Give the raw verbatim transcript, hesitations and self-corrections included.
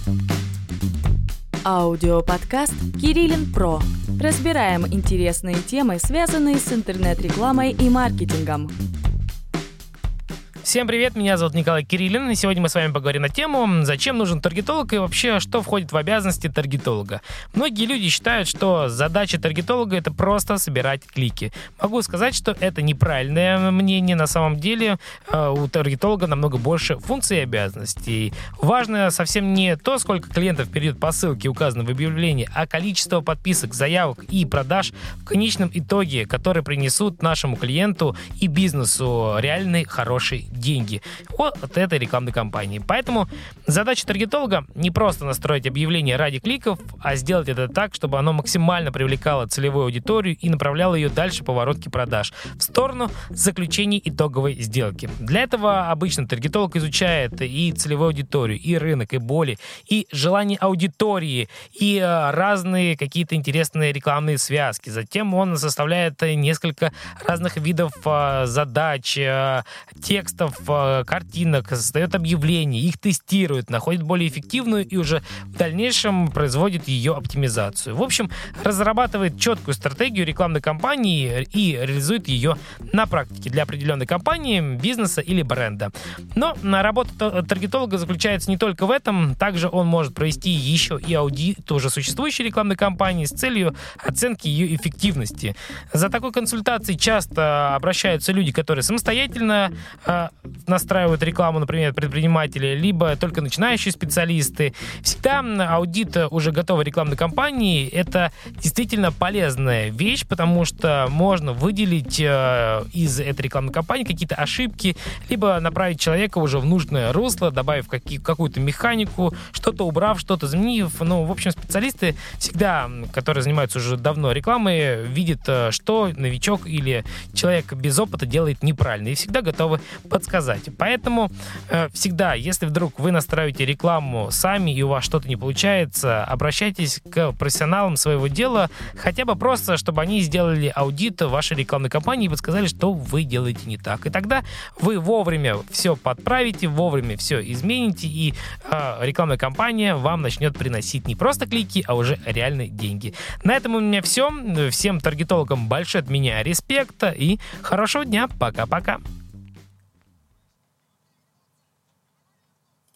Аудиоподкаст «Кириллин Про». Разбираем интересные темы, связанные с интернет-рекламой и маркетингом. Всем привет, меня зовут Николай Кириллин, и сегодня мы с вами поговорим на тему, зачем нужен таргетолог и вообще, что входит в обязанности таргетолога. Многие люди считают, что задача таргетолога — это просто собирать клики. Могу сказать, что это неправильное мнение. На самом деле у таргетолога намного больше функций и обязанностей. Важно совсем не то, сколько клиентов перейдет по ссылке, указанной в объявлении, а количество подписок, заявок и продаж в конечном итоге, которые принесут нашему клиенту и бизнесу реальный хороший деньги от этой рекламной кампании. Поэтому задача таргетолога не просто настроить объявление ради кликов, а сделать это так, чтобы оно максимально привлекало целевую аудиторию и направляло ее дальше по воронке продаж в сторону заключения итоговой сделки. Для этого обычно таргетолог изучает и целевую аудиторию, и рынок, и боли, и желания аудитории, и разные какие-то интересные рекламные связки. Затем он составляет несколько разных видов задач, текстов, картинок, создает объявления, их тестирует, находит более эффективную и уже в дальнейшем производит ее оптимизацию. В общем, разрабатывает четкую стратегию рекламной кампании и реализует ее на практике для определенной компании, бизнеса или бренда. Но работа таргетолога заключается не только в этом. Также он может провести еще и аудит уже существующей рекламной кампании с целью оценки ее эффективности. За такой консультацией часто обращаются люди, которые самостоятельно настраивают рекламу, например, предприниматели, либо только начинающие специалисты. Всегда аудит уже готовой рекламной кампании — это действительно полезная вещь, потому что можно выделить э, из этой рекламной кампании какие-то ошибки, либо направить человека уже в нужное русло, добавив какие, какую-то механику, что-то убрав, что-то изменив. Ну, в общем, специалисты всегда, которые занимаются уже давно рекламой, видят, что новичок или человек без опыта делает неправильно, и всегда готовы подсказать. Поэтому э, всегда, если вдруг вы настраиваете рекламу сами и у вас что-то не получается, обращайтесь к профессионалам своего дела, хотя бы просто, чтобы они сделали аудит вашей рекламной кампании и подсказали, что вы делаете не так. И тогда вы вовремя все подправите, вовремя все измените, и э, рекламная кампания вам начнет приносить не просто клики, а уже реальные деньги. На этом у меня все. Всем таргетологам большой от меня респект и хорошего дня. Пока-пока.